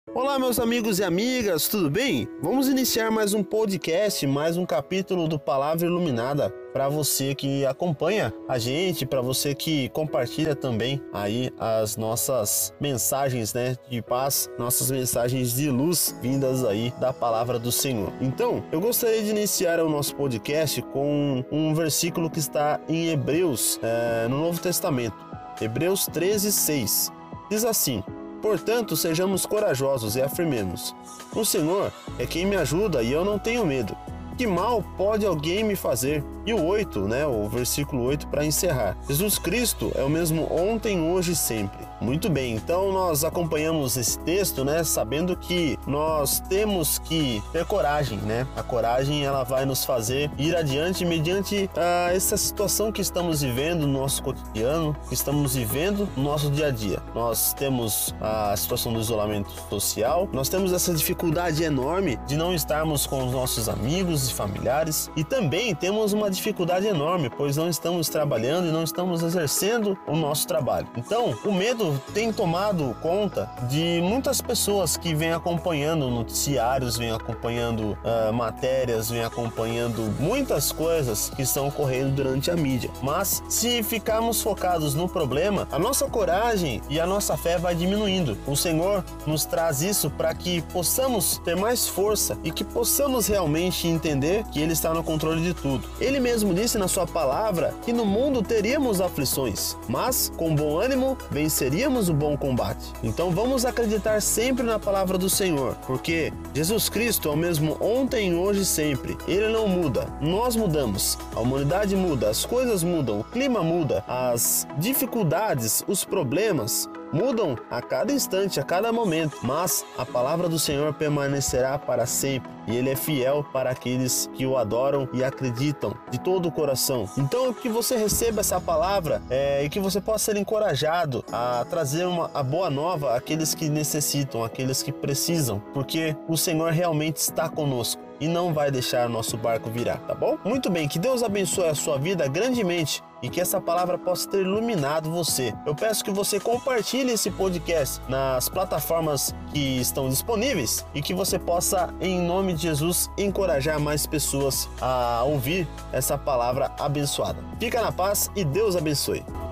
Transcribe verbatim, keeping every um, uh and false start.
Olá, meus amigos e amigas, tudo bem? Vamos iniciar mais um podcast, mais um capítulo do Palavra Iluminada para você que acompanha a gente, para você que compartilha também aí as nossas mensagens, né, de paz, nossas mensagens de luz vindas aí da Palavra do Senhor. Então, eu gostaria de iniciar o nosso podcast com um versículo que está em Hebreus, é, no Novo Testamento, Hebreus treze, seis. Diz assim: portanto, sejamos corajosos e afirmemos: o Senhor é quem me ajuda e eu não tenho medo. Que mal pode alguém me fazer? E o oito, né, o versículo oito para encerrar. Jesus Cristo é o mesmo ontem, hoje e sempre. Muito bem, então nós acompanhamos esse texto, né, sabendo que nós temos que ter coragem, né? A coragem, ela vai nos fazer ir adiante mediante ah, essa situação que estamos vivendo no nosso cotidiano, que estamos vivendo no nosso dia a dia. Nós temos a situação do isolamento social, nós temos essa dificuldade enorme de não estarmos com os nossos amigos e familiares, e também temos uma dificuldade enorme, pois não estamos trabalhando e não estamos exercendo o nosso trabalho. Então, o medo tem tomado conta de muitas pessoas que vêm acompanhando noticiários, vêm acompanhando uh, matérias, vêm acompanhando muitas coisas que estão ocorrendo durante a mídia. Mas, se ficarmos focados no problema, a nossa coragem e a nossa fé vai diminuindo. O Senhor nos traz isso para que possamos ter mais força e que possamos realmente entender que Ele está no controle de tudo. Ele mesmo disse na sua palavra que no mundo teríamos aflições, mas com bom ânimo venceríamos o bom combate. Então vamos acreditar sempre na palavra do Senhor, porque Jesus Cristo é o mesmo ontem, hoje e sempre. Ele não muda, nós mudamos, a humanidade muda, as coisas mudam, o clima muda, as dificuldades, os problemas mudam a cada instante, a cada momento, mas a palavra do Senhor permanecerá para sempre e Ele é fiel para aqueles que o adoram e acreditam de todo o coração. Então, que você receba essa palavra é, e que você possa ser encorajado a trazer uma, a boa nova àqueles que necessitam, àqueles que precisam, porque o Senhor realmente está conosco e não vai deixar nosso barco virar, tá bom? Muito bem, que Deus abençoe a sua vida grandemente e que essa palavra possa ter iluminado você. Eu peço que você compartilhe esse podcast nas plataformas que estão disponíveis e que você possa, em nome de Jesus, encorajar mais pessoas a ouvir essa palavra abençoada. Fica na paz e Deus abençoe.